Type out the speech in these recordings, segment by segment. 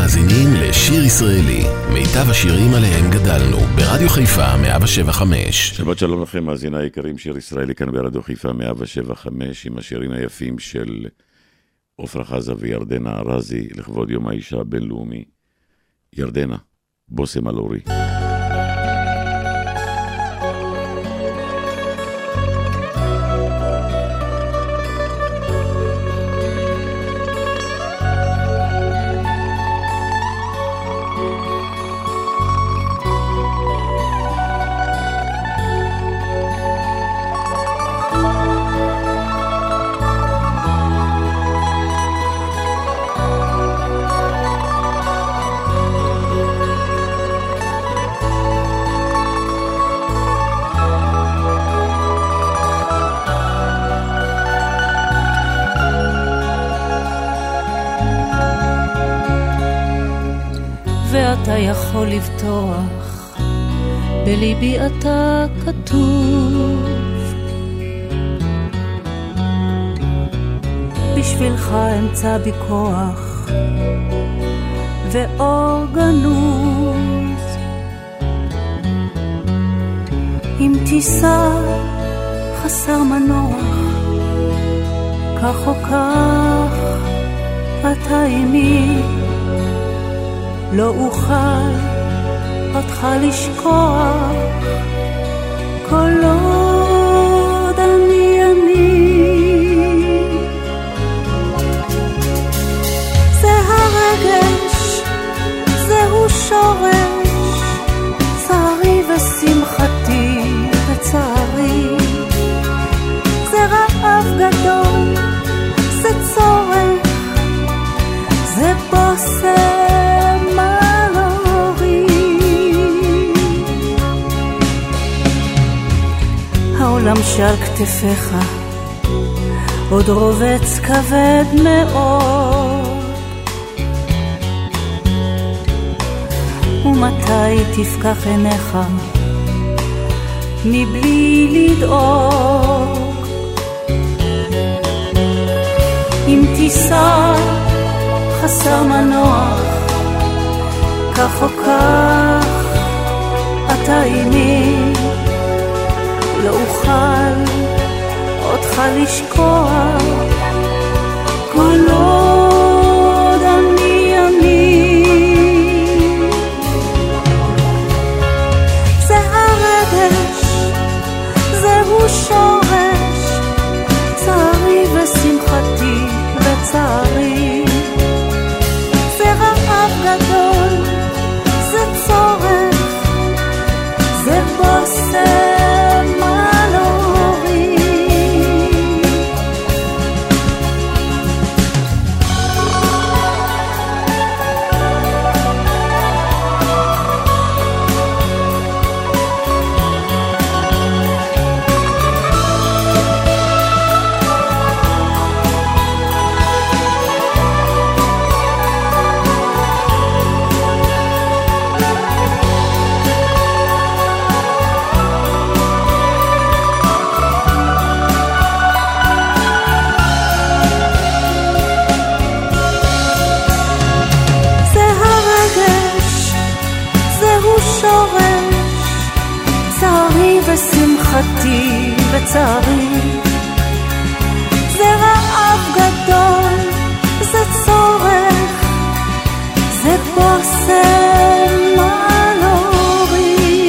מאזינים לשיר ישראלי, מיטב השירים עליהם גדלנו, ברדיו חיפה 107.5. שבת שלום לכם, מאזיני היקרים, שיר ישראלי כאן ברדיו חיפה 107.5, עם השירים היפים של עופרה חזה וירדנה ארזי, לכבוד יום האישה הבינלאומי. ירדנה, בוסם על אורי. ואתה יכול לבטוח, בליבי אתה כתוב, בשבילך אמצא בי כוח ואור גנוז. אם תיסע חסר מנוח, כך או כך אתה עימי, לא אוכל אותך לשכוח, כל עוד אני. זה הרגש, זהו שורש, צערי ושמחתי וצערי. זה רעב גדול, זה צורך, זה בוסם העולם שעל כתפיך עוד רובץ כבד מאוד, ומתי תפקח עיניך מבלי לדאוג. אם תיסע חסר מנוח, כך או כך אתה עימי, לא אוכל אותך לשכוח, כל עוד אני. זה הרגש, זהו שורש, צערי ושמחתי וצערי. זה רעב גדול, זה צורך, זה בוסם ושמחתי וצערי. זה רעב גדול, זה צורך, זה בוסם על אורי.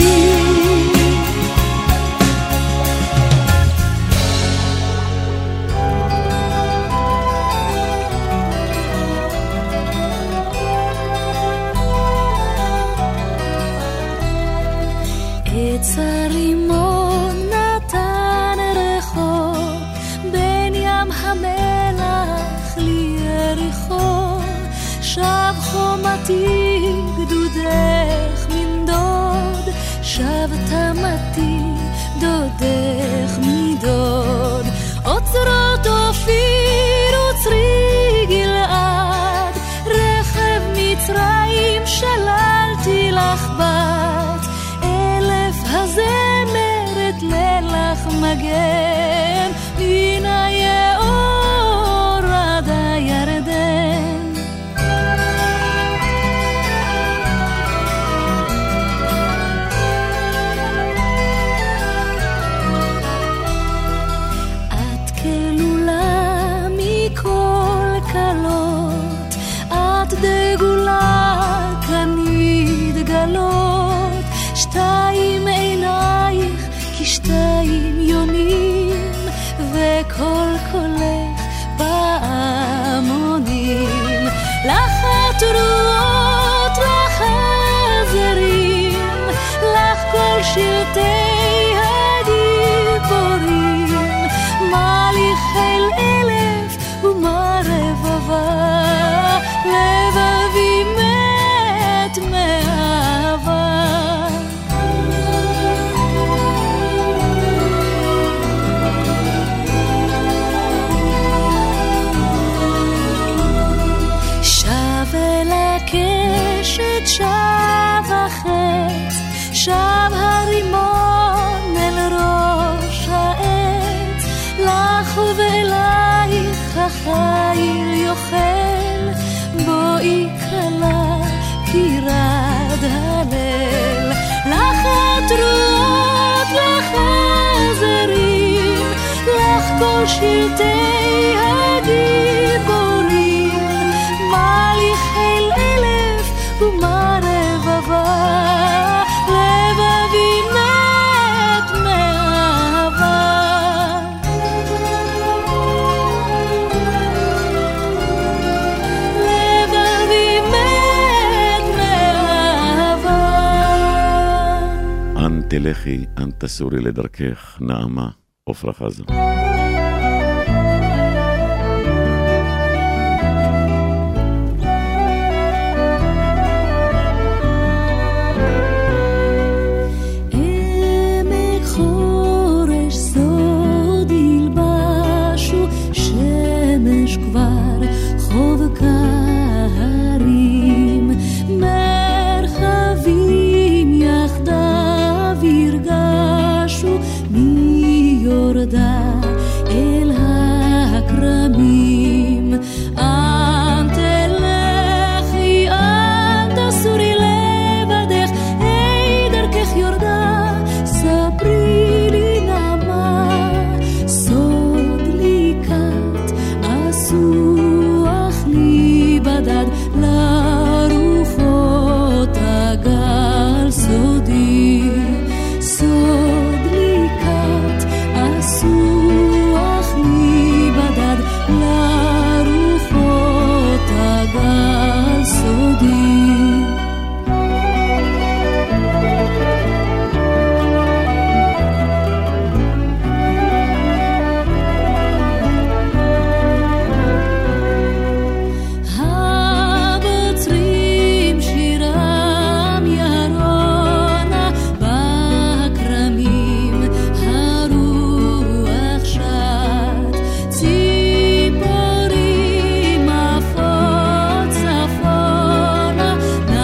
גדודך מן דוד, שבתמתי דודך מדוד. אוצרות אופיר וצרי גלעד, רכב מצרים שללתי לך בת. אלף הזמרת לילך מגן, מן היאור עד הירדן. את דגולה כנית גלות, שתיים עינייך כשתיים יונים, וכל קולך פעמונים. לך התרועות, לך הזרים, לך כל שבטי הגיבורים, מה לי חיל אלף ומה רבבה, לבבי מת מאהבה. שב אל הקשת, שב החץ, שב הרימון אל ראש העץ, לך ואלייך החיל יוכל, בואי כלה כי רד הליל. לך התרועות, לך הזרים, לך כל שבטי הגיבורים, מה לי חיל אלף ומה רבבה, לבבי מת מאהבה. לבבי מת מאהבה. אן תלכי, אן תסורי לדרכך, נעמה, עפרה חזה. אל הכרמים, אן תלכי, אן תסורי לבדך, היי דרכך יורדה, ספרי לי נעמה, סוד לי כת, אסוח לי בדד, לרוחות הגל סודי, סוד לי כת, אסוח לי בדד, לרוחות הגל סודי. הבוצרים שירם ירונה בכרמים, הרוח שט, ציפורים עפות צפונה,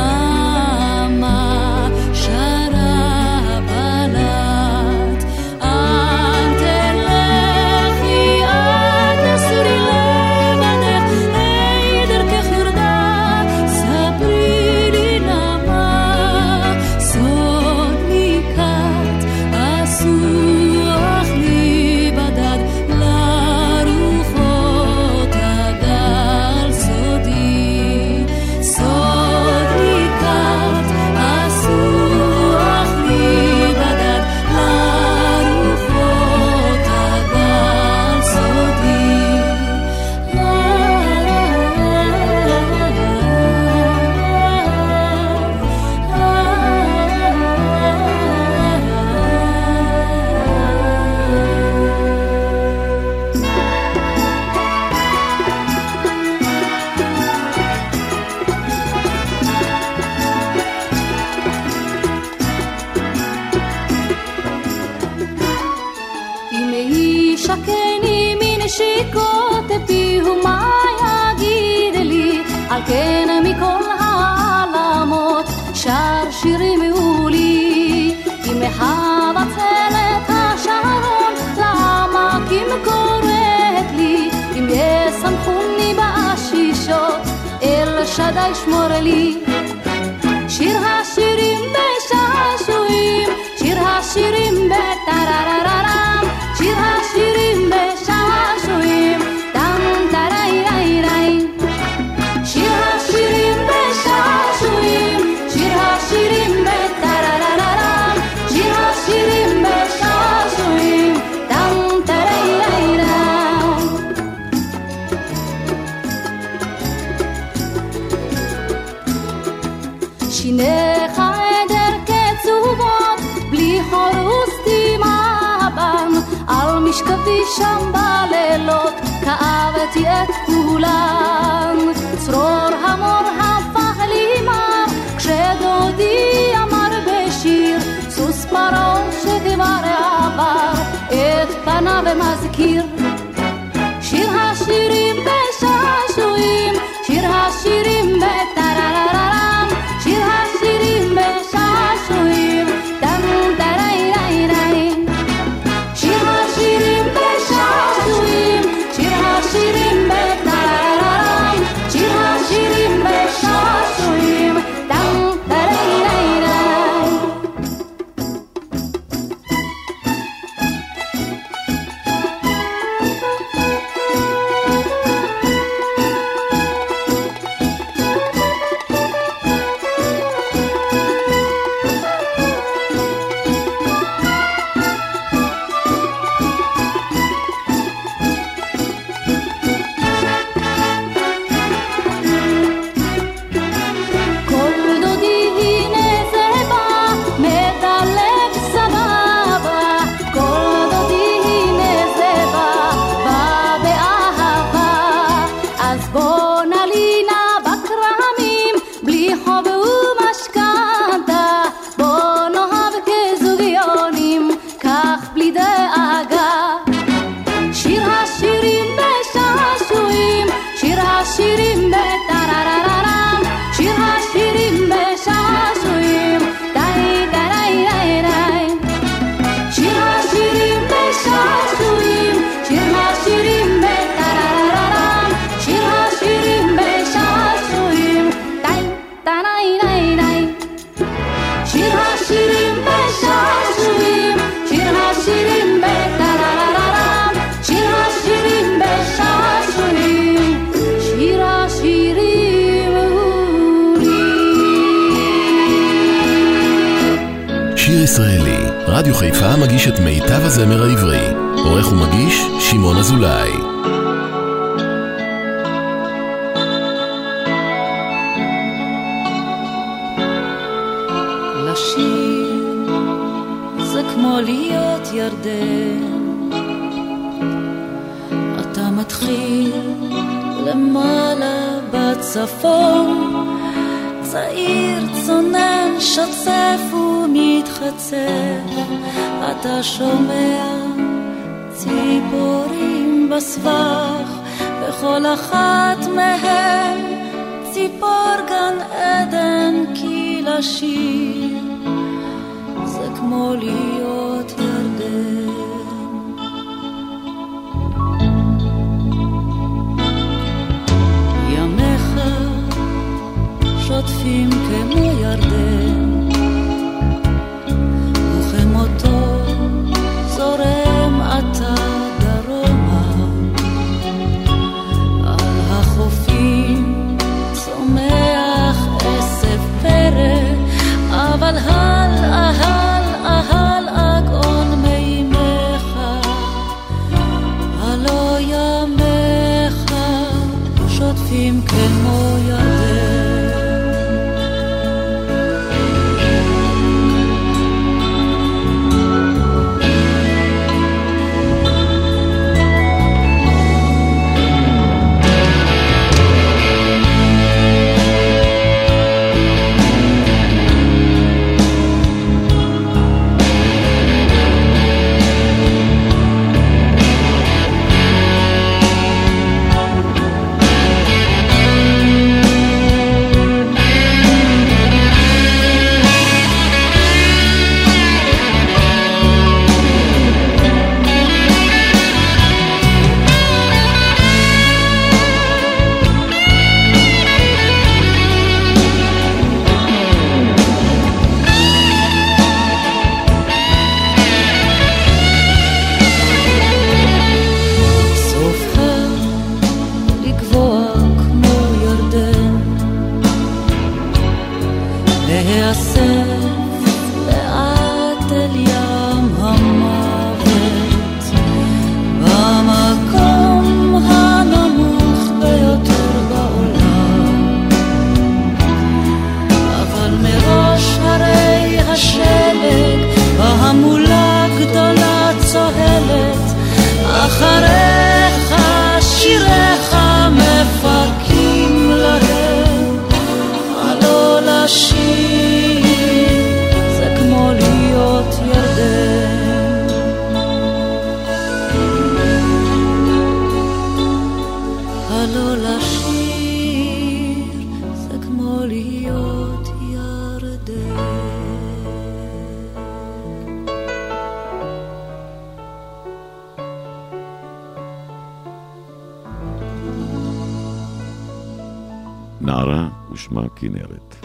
נעמה שרה בלט. אן תלכי, אן תסורי לבדך, היי דרכך יורדה, ספרי לי נעמה, סוד לי כת, אסוח לי בדד, לרוחות הגל סודי, סוד לי כת, אסוח לי בדד, לרוחות הגל סודי. אם ישקני מנשיקות פיהו, מה יגיד לי? על כן מכל העלמות שר שירים מעולי. אם מחבצלת השרון לעמקים קוראת לי, אם יסמכוני באשישות אל שדי שמור לי. שיר השירים בשעשועים, שיר השירים בטררררם, שיר השירים בשעשועים, טם טרי רי רי. שיר השירים שיניך עדר כצובות, בלי חורוס דמעה בם, על משכבי שם בלילות, כאבתי את כולן. צרור המור הפך לי מר, כשדודי אמר בשיר, סוס פרעה שכבר עבר, את פניו מזכיר. שיר השירים בשעשועים, שיר השירים בטרררם, שיר השירים בשעשועים, דם דרי רי רי. שיר השירים בשעשועים, שיר השירים בטרררם, שיר השירים בשעשועים, דם דרי רי רי. ישראלי, רדיו חיפה מגיש את מיטב הזמר העברי. עורך ומגיש שמעון אזולאי. לשיר זה כמו להיות ירדן, אתה מתחיל למעלה בצפון, צעיר צונן שצף ומתחצף, אתה שומע ציפורים בסבך, וכל אחת מהן ציפור גן עדן, כי לשיר זה כמו להיות ירדן. ימיך שוטפים כמו ירדן, וכמותו זורם אתה דרומה, על החופים צומח עשב פרא, אבל אהל אגעון מימיך, הלא ימיך שוטפים כמו ירדן. להיות ירדן. נערה ושמה כנרת.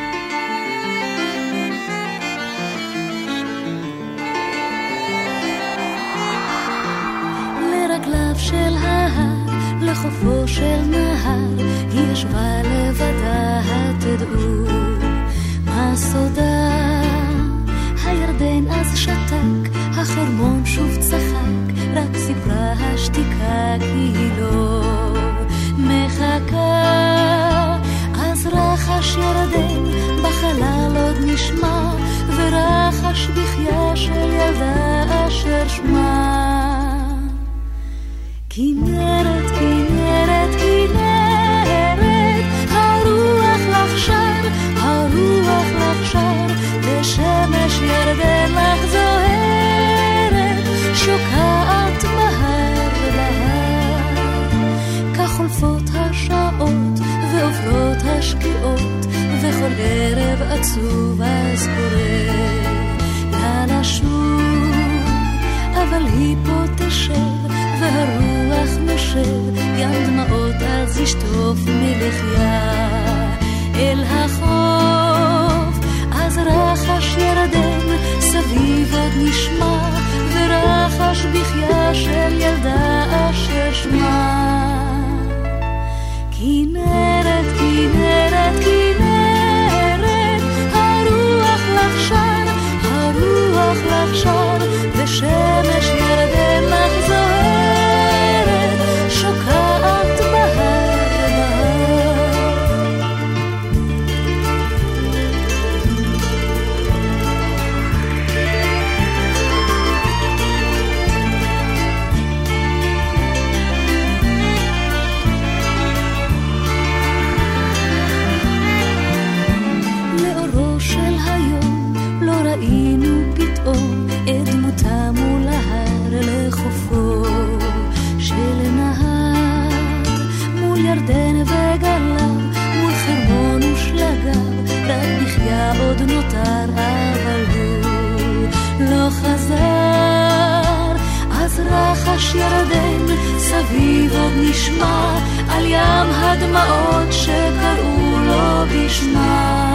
לרגליו של ההר, לחופו של נהר, היא ישבה לבדה, תדעו מה סודה. הירדן אז שתק, החרמון שוב צחק, רק סיפרה השתיקה כי היא לא מחכה. אז רחש ירדן בחלל עוד נשמע, ורחש בחייה של ילדה אשר שמה כנרת, כנרת, כנרת, הרוח לך שר, הרוח לך שר, ושמש ירדן לך זוהרת, שוקעת מהר להר. כך חולפות השעות ועוברות השקיעות, וכל ערב עצוב אז קורא לה לשוב, אבל היא פה תשב והרוח נושב, ים דמעות אז ישטוף מלחיה אל החוף. אז רחש ירדן סביב עוד נשמע, ורחש בחייה של ילדה אשר שמה כנרת, כנרת, כנרת, הרוח לך שר, הרוח לך שר, ושמש ירדן לך זוהרת, שוקעת בהר לאורו של היום לא ראינו פתאום את דמותה מול ההר, לחופו של נהר, מול ירדן וגליו, מול חרמון ושלגיו, רק בחייה עוד נותר, אבל הוא לא חזר. אז רחש ירדן סביב עוד נשמע, על ים הדמעות שקראו לו בשמה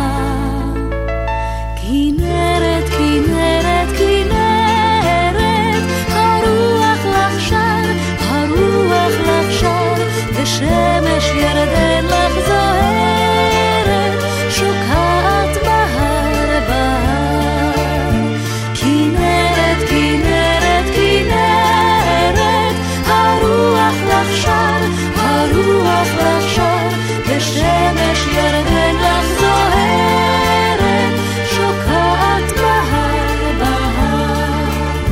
כנרת, כנרת, כנרת, הרוח לך שר, הרוח לך שר, ושמש ירדן לך זוהרת, שוקעת בהר בהר. כנרת, כנרת, כנרת, הרוח לך שר, הרוח לך שר, ושמש ירדן לך זוהרת, שוקעת בהר בהר.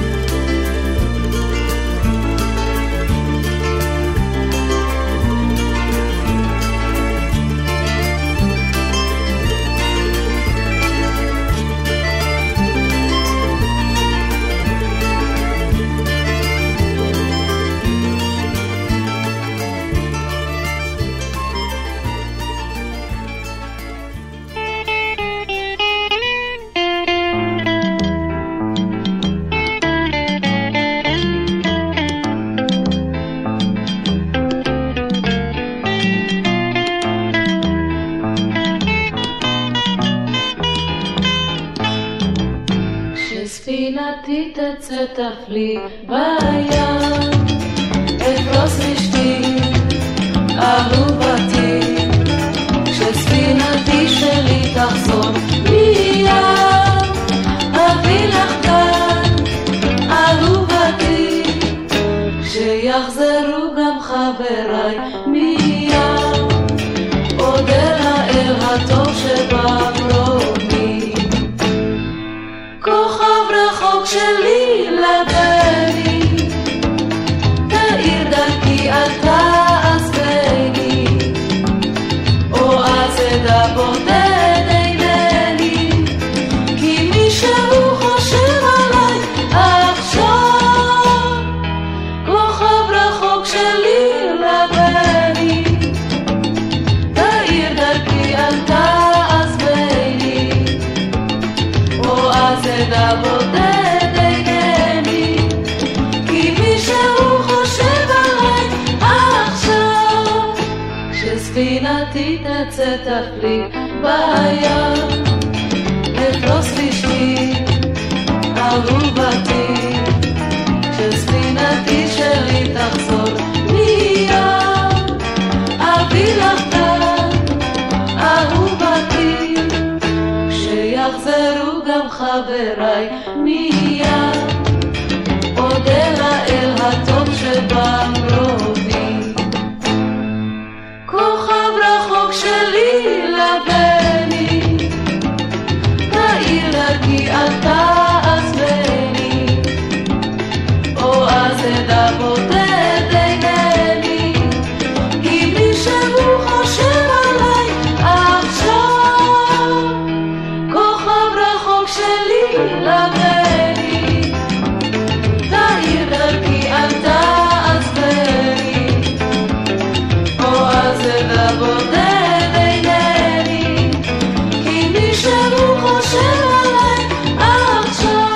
ספינתי תצא תפלי בים, אפרוס רשתי אהובתי, כשספינתי שלי תחזור מים, אביא לך כאן אהובתי, כשיחזרו גם חבריי מים, אודה לאל הטוב שבעברוני, כוכב רחוק שלי לבני, תאיר דרכי אל תעזבני, או אז אדע בודד אינני, כי מישהו חושב עליי עכשיו, כוכב רחוק שלי לבני, תאיר דרכי אל תעזבני, ותפליג בים לפרוס פשתי אהובתי כשספינתי שלי תחזור מיד אביא לך כאן אהובתי כשיחזרו גם חבריי מיד אודה לאל הטוב שבמרובי כוכב רחוק שלי לבני תאיר דרכי אל תעזבני או אז אדע בודד אינני כי בלי שהוא חושב עליי עכשיו כוכב רחוק שלי לבני תאיר דרכי אל תעזבני או אז אדע בודד אינני כי מי שהוא חושב עליי עכשיו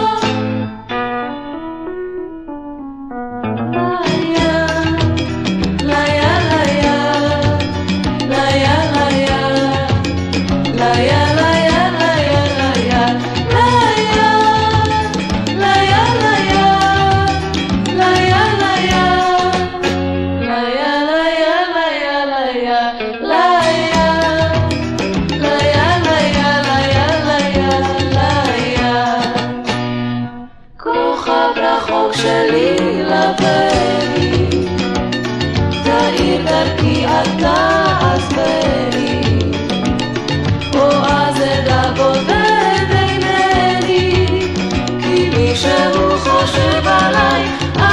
שלי לבני תאיר דרכי אל תעזבני או אז אדע בודד אינני כי מי שהוא חושב עליי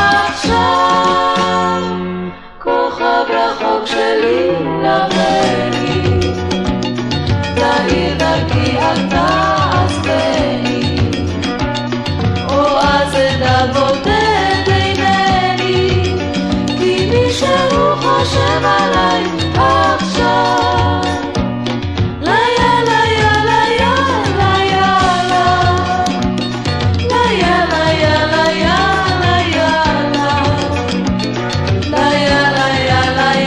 עכשיו כוכב רחוק שלי לבני תאיר דרכי אל תעזבני או אז אדע בודד שהוא חושב עליי עכשיו ליה ליה ליה ליה ליה ליה ליה ליה ליה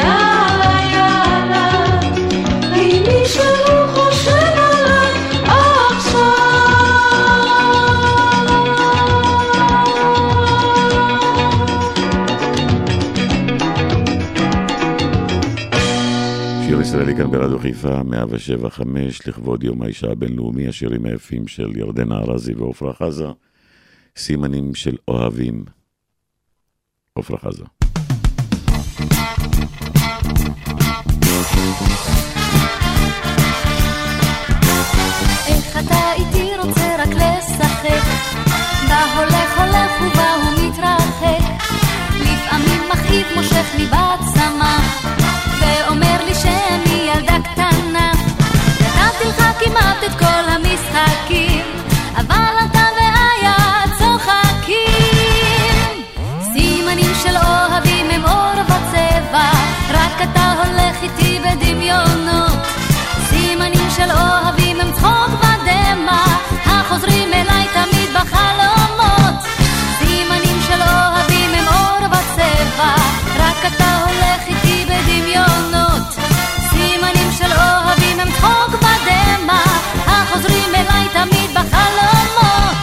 ליה כי מי שהוא חושב עליי עכשיו שיר ישראלי כאן ברדיו חיפה 107.5 לכבוד יום האישה הבינלאומי, השירים היפים של ירדנה ארזי ועופרה חזה, סימנים של אוהבים. עופרה חזה. איך אתה איתי רוצה רק לשחק בה הולך הולך ובה הוא מתרחק לפעמים מכאיב מושך לי בעצמה ואומר לי שאני ילדה קטנה נתתי לך כמעט את כל המשחקים אבל אתה ואיה צוחקים סימנים של אוהבים הם אור וצבע רק אתה הולך איתי בדמיונות סימנים של אוהבים הם צחוק ודמע החוזרים אליי תמיד בחלומות סימנים של אוהבים הם אור וצבע רק אתה הולך איתי בדמיונות סימנים של אוהבים הם צחוק ודמע החוזרים אליי תמיד בחלומות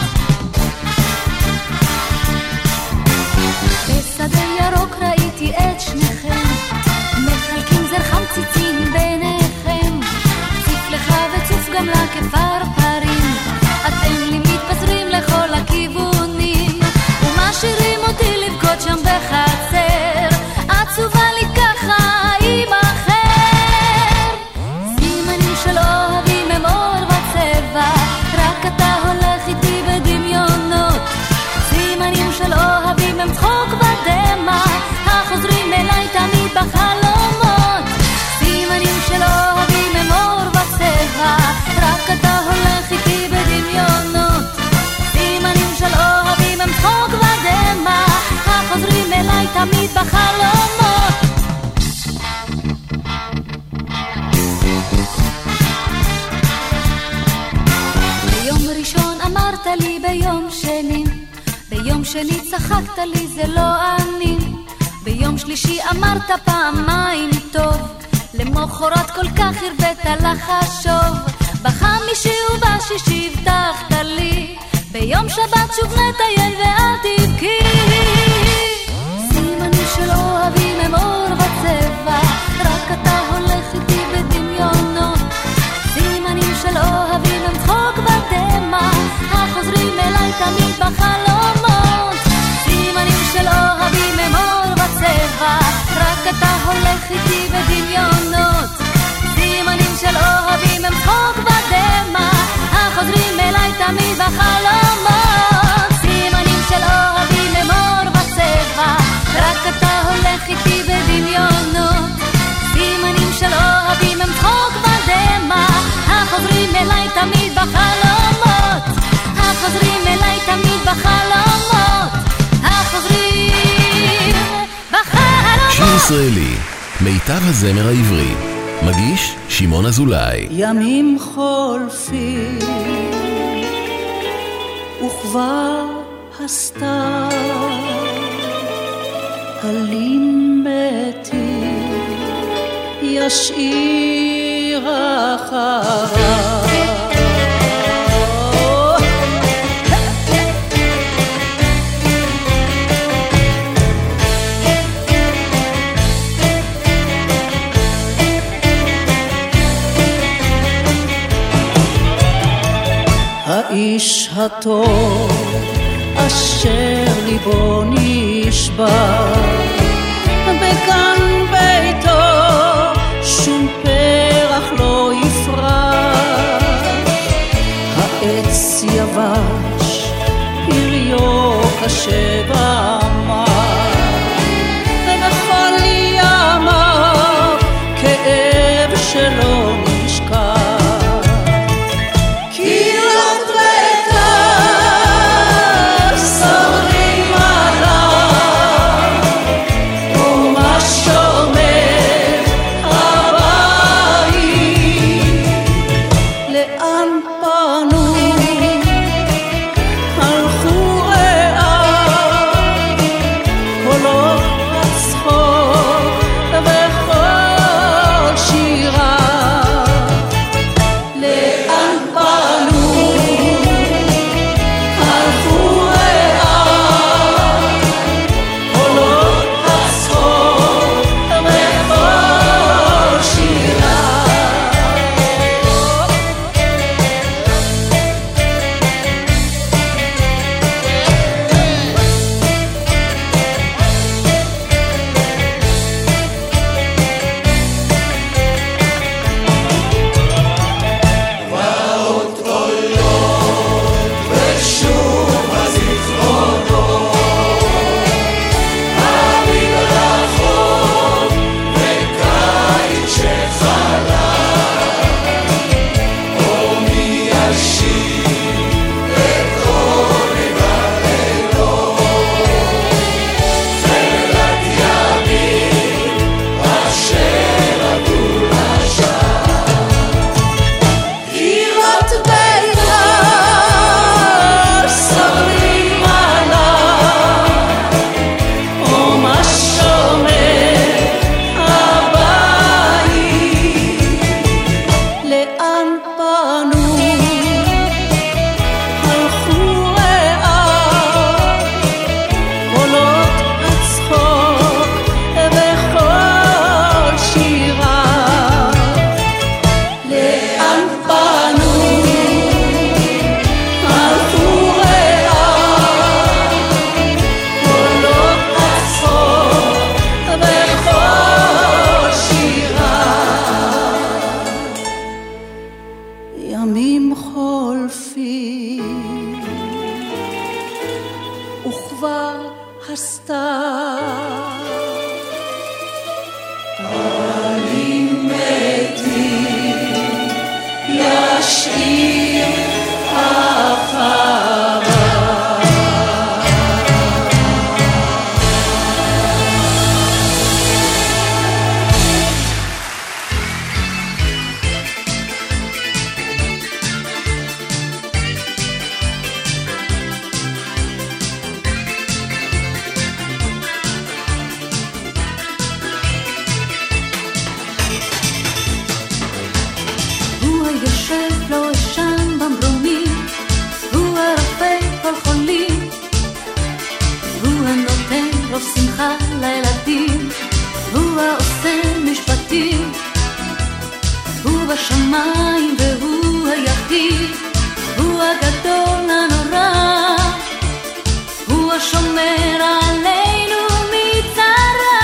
בשדה ירוק ראיתי את שניכם מחלקים זר חמציצים ביניכם ציף לך וציף גם לה כפרפרים אתם לי מתפזרים לכל הכיוונים ומשאירים אותי לבכות שם בחצר עצובה לי ככה עם אחר סימנים של אוהבים הם אור וצבע רק אתה הולך איתי בדמיונות סימנים של אוהבים הם צחוק ודמע החוזרים אליי תמיד בחלומות סימנים של אוהבים הם אור וצבע רק אתה הולך איתי בדמיונות סימנים של אוהבים הם צחוק ודמע החוזרים אליי תמיד בחלומות ביום ראשון אמרת לי ביום שני צחקת לי זה לא אני ביום שלישי אמרת פעמיים טוב למחרת כל כך הרבאת לחשוב, בחמישי ובשישי הבטחת לי, ביום שבת שוב נטייל ואל תבכי. סימנים של אוהבים הם אור וצבע, רק אתה הולך איתי בדמיונות. סימנים של אוהבים הם צחוק ודמע, החוזרים אליי תמיד בחלומות. סימנים של אוהבים הם אור וצבע, רק אתה הולך איתי בדמיונות. סימנים של אוהבים הם צחוק ודמע, החוזרים אליי תמיד בחלומות. סימנים של אוהבים הם אור וצבע, רק אתה הולך איתי בדמיונות. סימנים של אוהבים הם צחוק ודמע, החוזרים אליי תמיד בחלומות. החוזרים אליי תמיד בחלומות. החוזרים בחלומות. שיר ישראלי, מיטב הזמר העברי. מגיש שמעון אזולאי. ימים חולפים וכבר הסתיו עלים מתים ישאיר אחריו. האיש הטוב אשר ליבו נשבר בגן ביתו שום פרח לא יפרח. העץ יבש פריו קשה ואמר, ובכל ימיו כאב שלא נשכח. יושב לו ישן במרומים, הוא הרפא כל חולים, הוא הנותן רוב שמחה לילדים, הוא העושה משפטים, הוא בשמיים והוא היחיד, הוא הגדול הנורא, הוא השומר עלינו מצרה.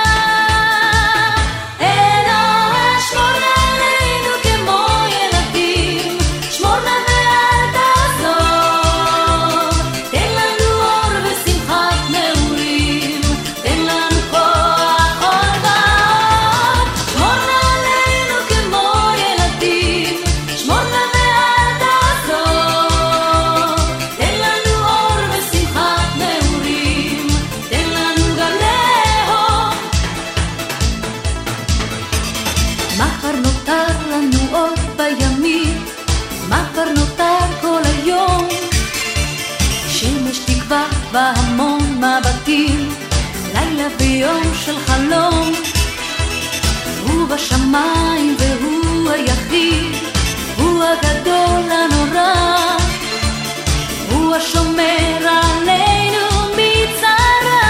אלוהי שמור עלינו כמו ילדים, שמור נא ואל תעזוב, תן לנו אור ושמחת נעורים, תן לנו כוח עוד ועוד, שמור נא עלינו כמו ילדים, שמור נא ואל תעזוב, תן לנו אור ושמחת נעורים, תן לנו גם לאהוב. מה כבר נותר לנו עוד בימים, מה כבר נותר כל היום, שמש תקווה בהמון מבטים, לילה ויום של חלום, הוא בשמיים והוא היחיד, הוא הגדול הנורא, הוא השומר עלינו מצרה.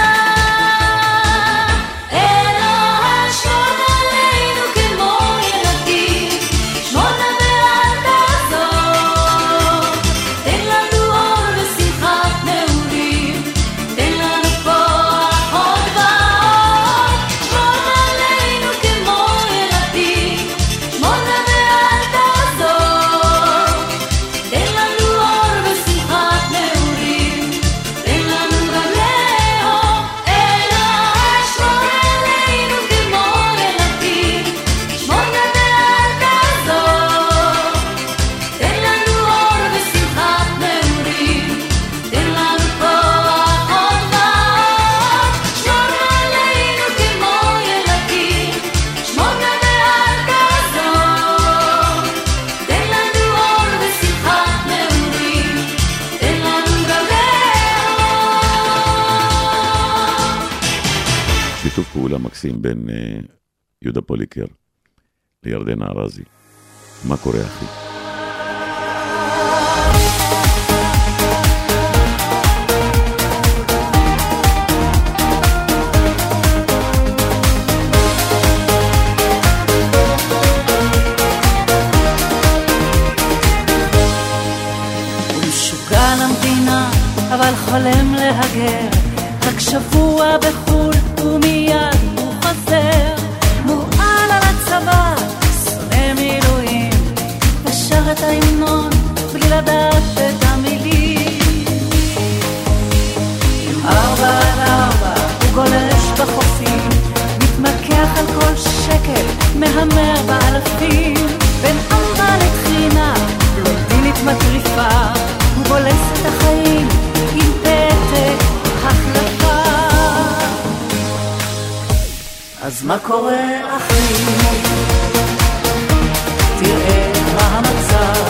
אלוהי שמור עלינו כמו ילדים, שמור נא ואל תעזוב, תן לנו אור ושמחת נעורים, תן לנו כוח עוד ועוד, שמור עלינו כמו ילדים, שמור נא ואל תעזוב, תן לנו אור ושמחת נעורים, תן לנו גם לאהוב. אלוהי שמור עלינו כמו ילדים, שמור נא ואל תעזוב, תן לנו אור ושמחת נעורים, תן לנו כוח עוד ועוד, שמור עלינו כמו ילדים, שמור נא ואל תעזוב, תן לנו אור ושמחת נעורים, תן לנו גם לאהוב. שיתוף פעולה מקסים בין יהודה פוליקר לירדנה ארזי. מה קורה אחי? הוא משוגע למדינה, אבל חולם להגר, רק שבוע בחול ומיד הוא חוזר, מורעל על הצבא, שונא מילואים, ושר את ההמנון בלי לדעת את המילים. 4x4 הוא גולש בחופים, מתמקח על כל שקל, מהמר באלפים, בין אמרה לתחינה, בלונדינית מטריפה, הוא בולס את החיים עם פתק החלפה. אז מה קורה אחי? תראה מה המצב,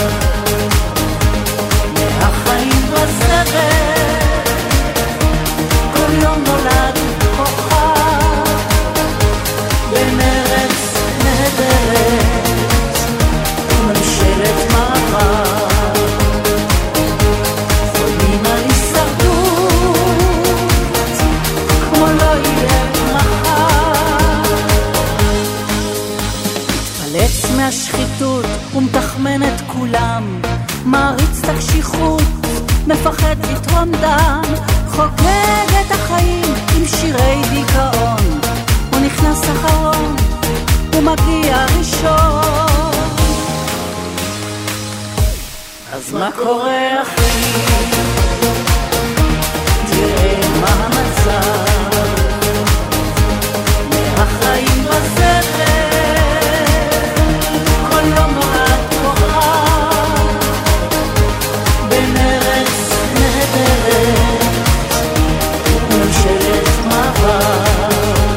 מהחיים בזבל, כל יום נולד כוכב, בין ארץ נהדרת וממשלת מעבר, חולמים על הישרדות כמו לא יהיה מחר. מתפלץ מהשחיתות ומתחמן את כולם, מעריץ את הקשיחות, מפחד לתרום דם, חוגג את החיים עם שירי דיכאון, הוא נכנס אחרון, הוא מגיע ראשון. אז מה קורה אחי? תראה מה המצב, מהחיים בזבל, כל יום נולד כוכב, בין ארץ נהדרת וממשלת מעבר,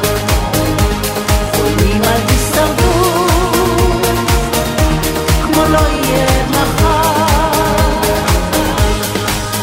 חולמים על הישרדות כמו לא יהיה מחר.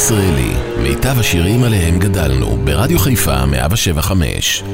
ישראלי, מיטב השירים עליהם גדלנו, ברדיו חיפה 107.5.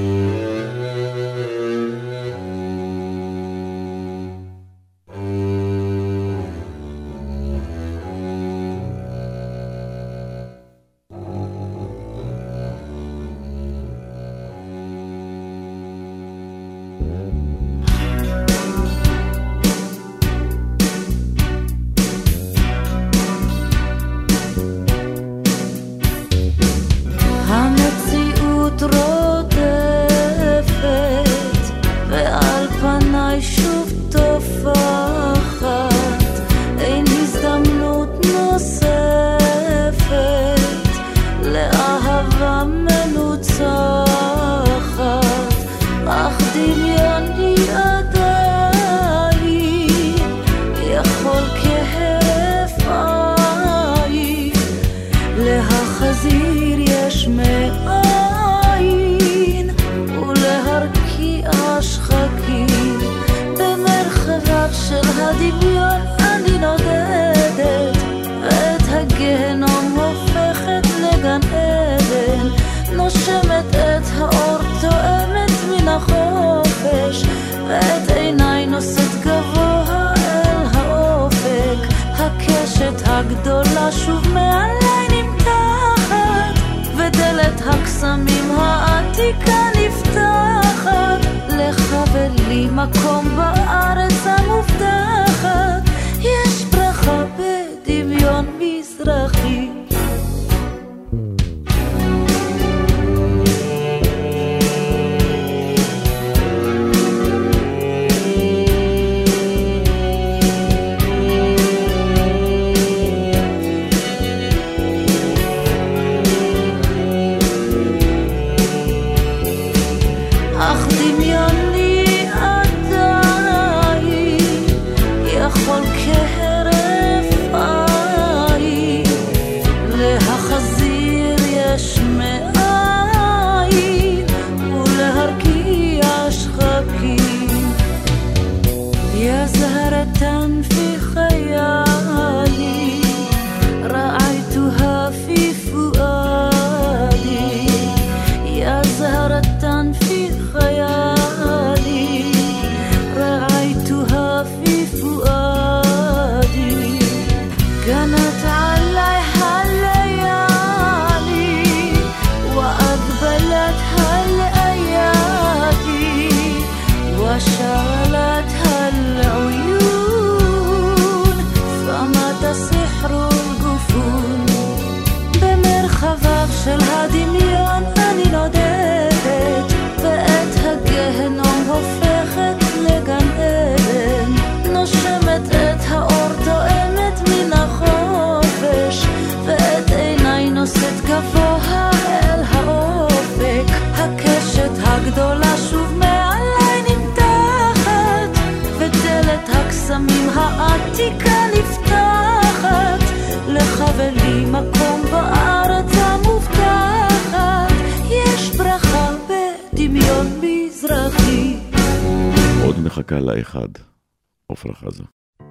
עוד מחכה לאחד, עפרה חזה.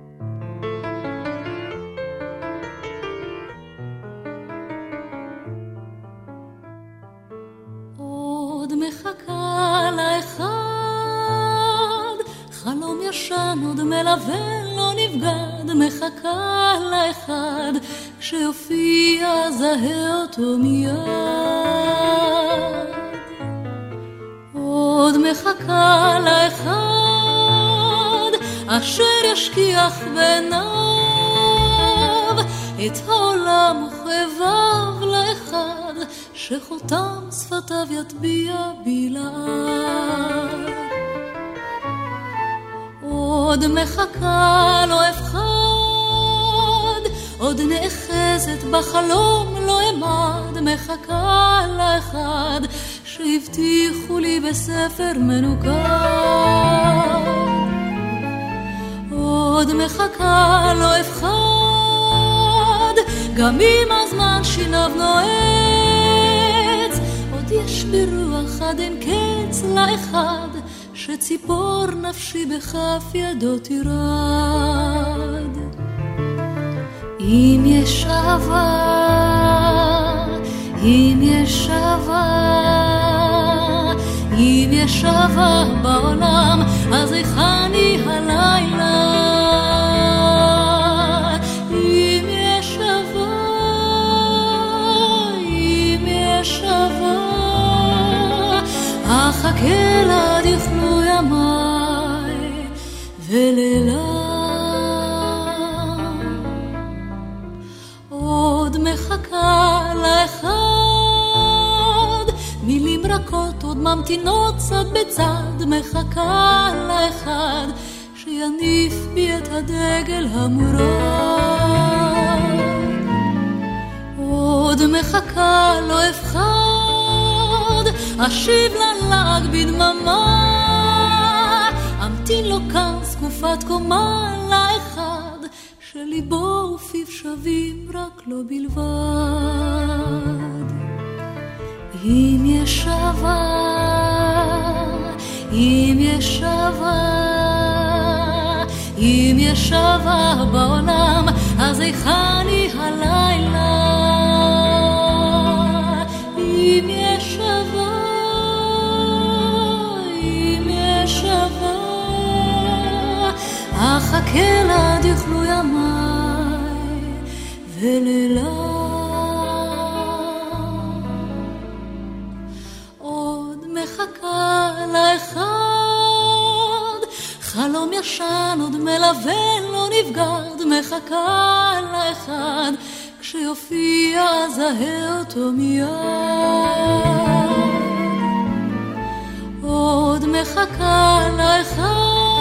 עוד מחכה לאחד, חלום ישן עוד מלווה לא נבגד, מחכה לאחד, כשיופיע זהה אותו מיד. עוד מחכה לאחד, אשר ישכיח בעיניו את העולם וכאביו, לאחד שחותם שפתיו יטביע בלעד. עוד מחכה לא אפחד, עוד נאחזת בחלום לא אמד, מחכה לאחד שהבטיחו לי בספר מנוקד. עוד מחכה לא אפחד, גם אם הזמן שינב נועץ, עוד יש ברוח עד אין קץ לאחד שציפור נפשי בכף ידו תירד. אם יש אהבה, אם יש אהבה, אם יש אהבה בעולם, אז איכני הלילה. אם יש אהבה, אם יש אהבה, אחכה לה דכלו ימיי ולילה. עוד מחכה לאחד, מילים רכות עוד ממתינות צד בצד, מחכה לאחד שיניף בי את הדגל המורד. עוד מחכה לא אפחד, אשיב ללעג בדממה, אמתין לו כאן זקופת קומה לאחד שליבו ופיו שווים רק לו בלבד. אם יש אהבה, אם יש אהבה, אם יש אהבה בעולם, אז איכני הלילה. אם יש אהבה, אם יש אהבה, אחכה לה דכלו ימיי ולילה. עוד מחכה לאחד, חלום ישן עוד מלווה לא נבגד, מחכה לאחד כשיופיע זהה אותו מיד. עוד מחכה לאחד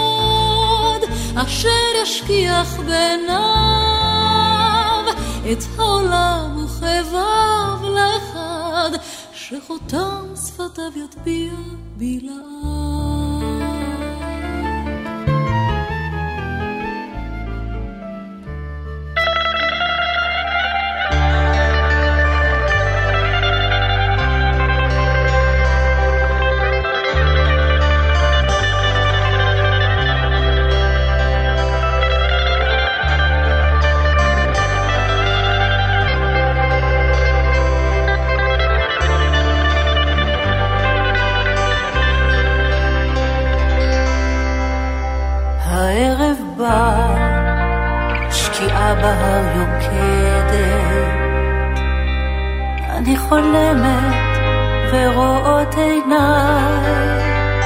אשר ישכיח בעיניו את העולם וכאביו, לאחד שחותם שפתיו יטביע בלעד. שקיעה בהר יוקדת, אני חולמת ורואות עיניי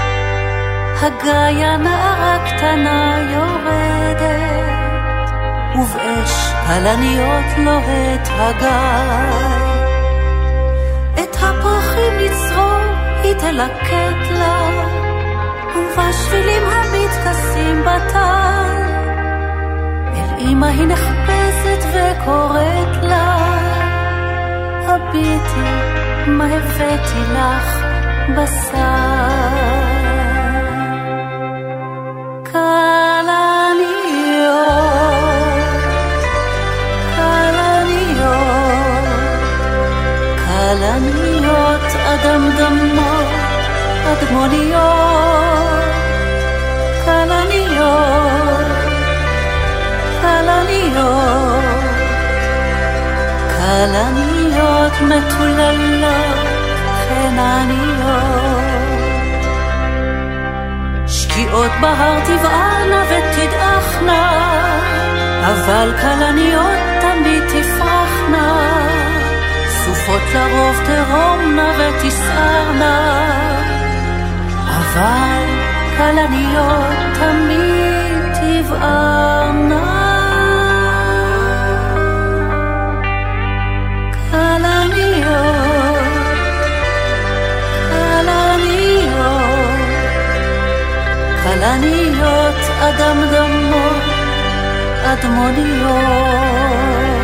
הגיא נערה קטנה יורדת, ובאש כלניות לוהט הגיא. את הפרחים לצרור היא תלקט לה, ובשבילים המתכסים בטל אמא היא נחפשת וקוראת לה, הביטי מה הבאתי לך בשר. כלניות, כלניות, כלניות אדמדמות, אדמוניות, כלניות, כלניות, כלניות מטוללות, חנניות. שקיעות בהר תבערנה ותדעכנה, אבל כלניות תמיד תפרחנה, סופות לרוב תרומנה ותסערנה, אבל כלניות תמיד תבערנה. כלניות, כלניות, כלניות אדמדמות, אדמוניות.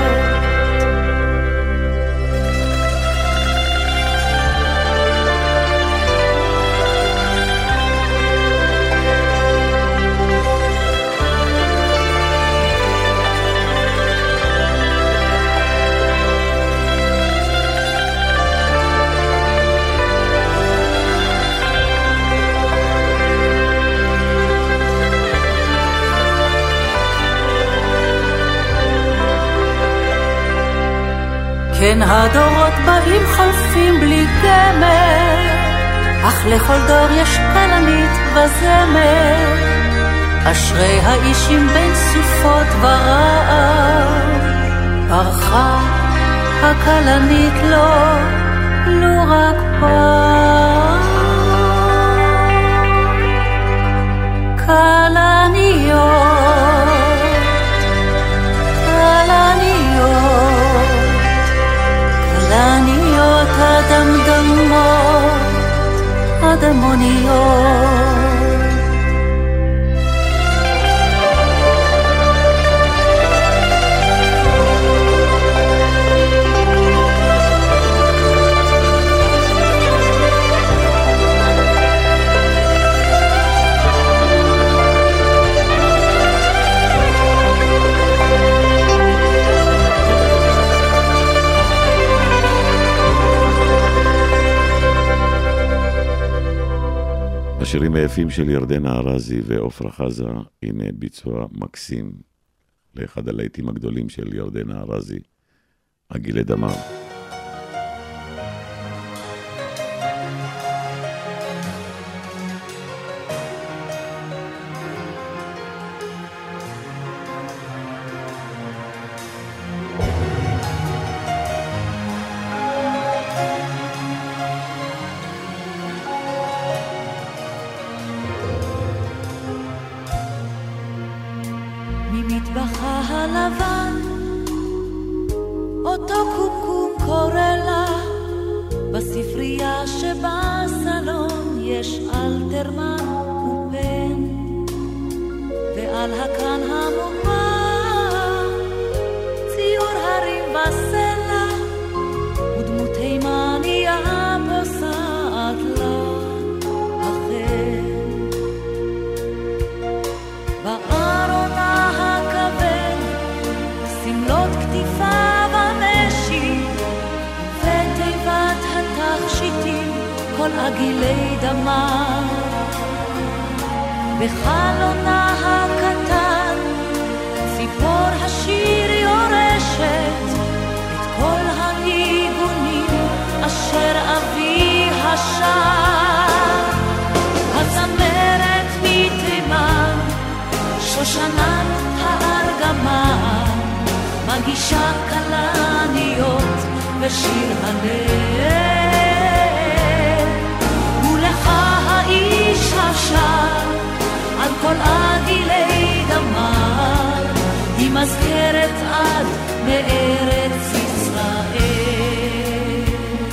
כן הדורות באים חולפים בלי גמר, אך לכל דור יש כלנית וזמר. אשרי האישים בין סופות ורעב, פרחה הכלנית לו רק פעם. כלניות, כלניות, כלניות הדמדמות, הדמוניות. השירים היפים של ירדנה ארזי ועופרה חזה, הנה ביצוע מקסים לאחד הלהיטים הגדולים של ירדנה ארזי, הגילי דמר. ממטבחה הלבן אותו קומקום קורא לה, בספרייה שבסלון יש אלתרמן ופן, ועל הקן המוגבר ציור הרים וסלע, ודמות תימניה פוסעת לה אחר. בארונה הכבד סמלות כתיפה במשי, ותיבת התכשיטים כל עגילי דמר. בחלונה הקטן ציפור השיר יורשת את כל הניגונים אשר אבי השר. הזמרת מתימן שושנת הארגמן מגישה כלניות ושיר הלב, ולך האיש השר על כל עגילי דמר, היא מזכרת עד מארץ ישראל.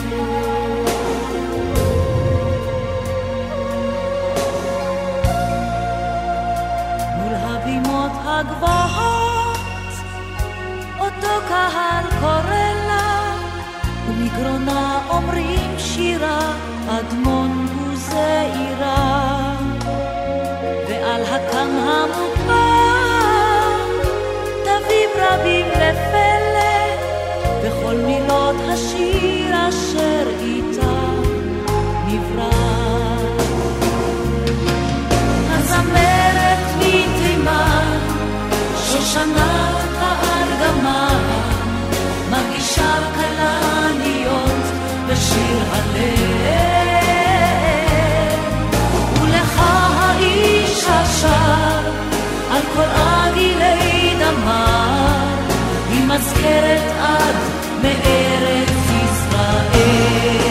מול הבימות הגבוהות אותו קהל קורא לה, ומגרונה אומרים שירה אדמון וזעירה. ועל הקם המוגבר תווים רבים לפלא, בכל מילות השיר אשר איתה נברא. הזמרת מתימן שושנת הארגמן מגישה כלניות בשיר הלב, ולך האיש השר על כל עגילי דמר, היא מזכרת עד מארץ ישראל.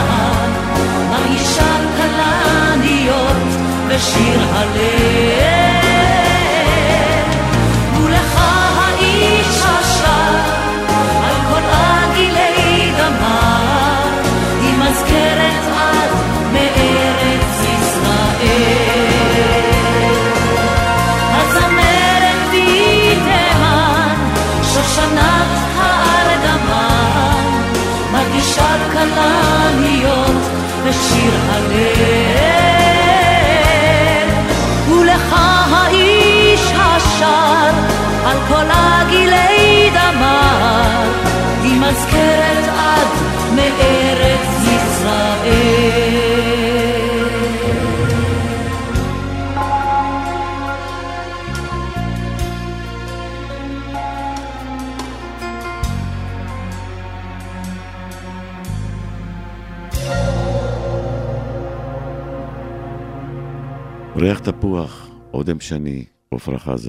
שיר הלב מארץ ישראל. הזמרת בתימן, שושנת הארדמן, מגישה כלניות ושיר הלל. ולך האיש השר על כל הגילי דמר, היא מזכרת עד מארץ ישראל. ריח תפוח, אודם שני, עפרה חזה.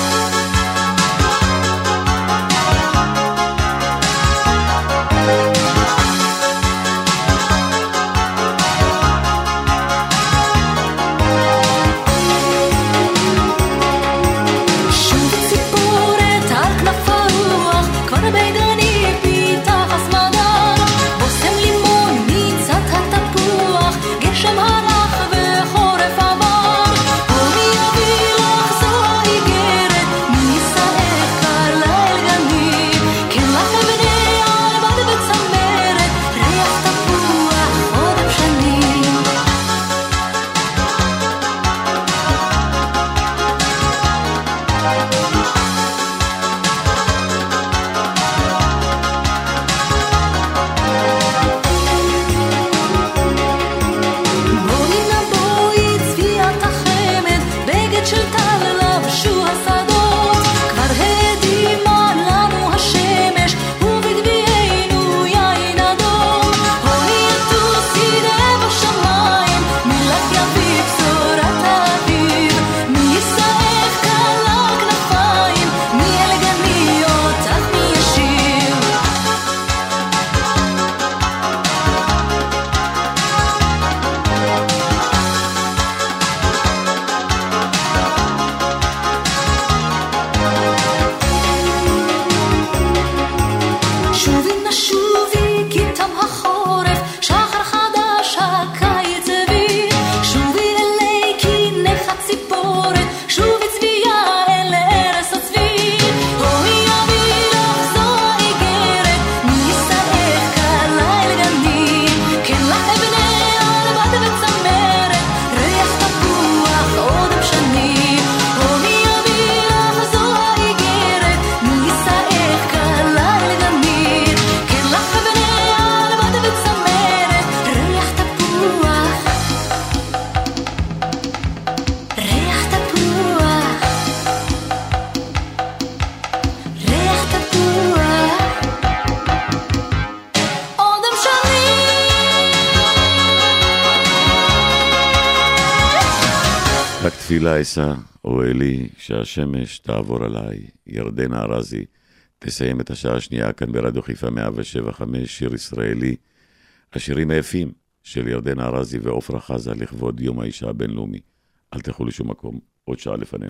תפילה אשא, אוהלי, שהשמש תעבור עליי. ירדנה ארזי תסיים את השעה השנייה כאן ברדיו חיפה 107.5, שיר ישראלי. השירים היפים של ירדנה ארזי ועפרה חזה לכבוד יום האישה הבינלאומי. אל תלכו לשום מקום, עוד שעה לפנינו.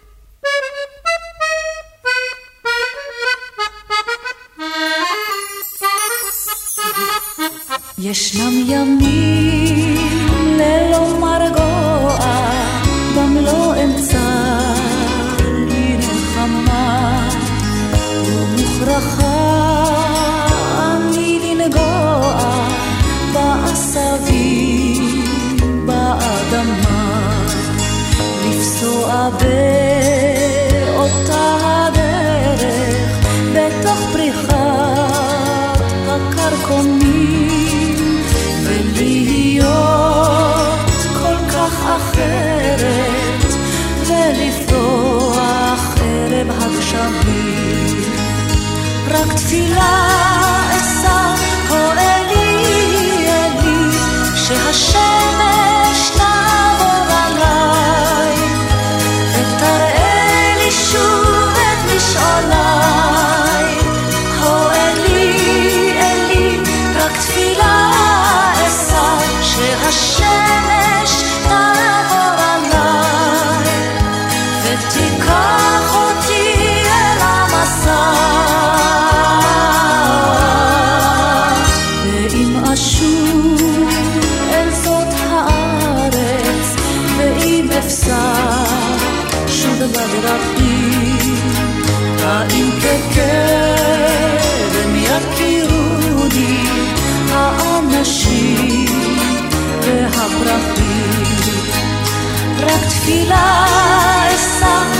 ישנם ימים ללא מרגוע, במלוא אמצע היא נחמה, ומוכרחה אני לנגוע בעשבים באדמה, לפסוע באותה הדרך בתוך פריחת הקרקומים, ולהיות כל כך אחרת ולפרוח ערב הגשמים. רק תפילה אשא אוהלי אלי, שהשמש תעבור עליי ותראה לי שוב את משעוליי. אוהלי אלי, רק תפילה אשא שהשמש תעבור עליי ותיקח אותי אל המסע. תפילה אשא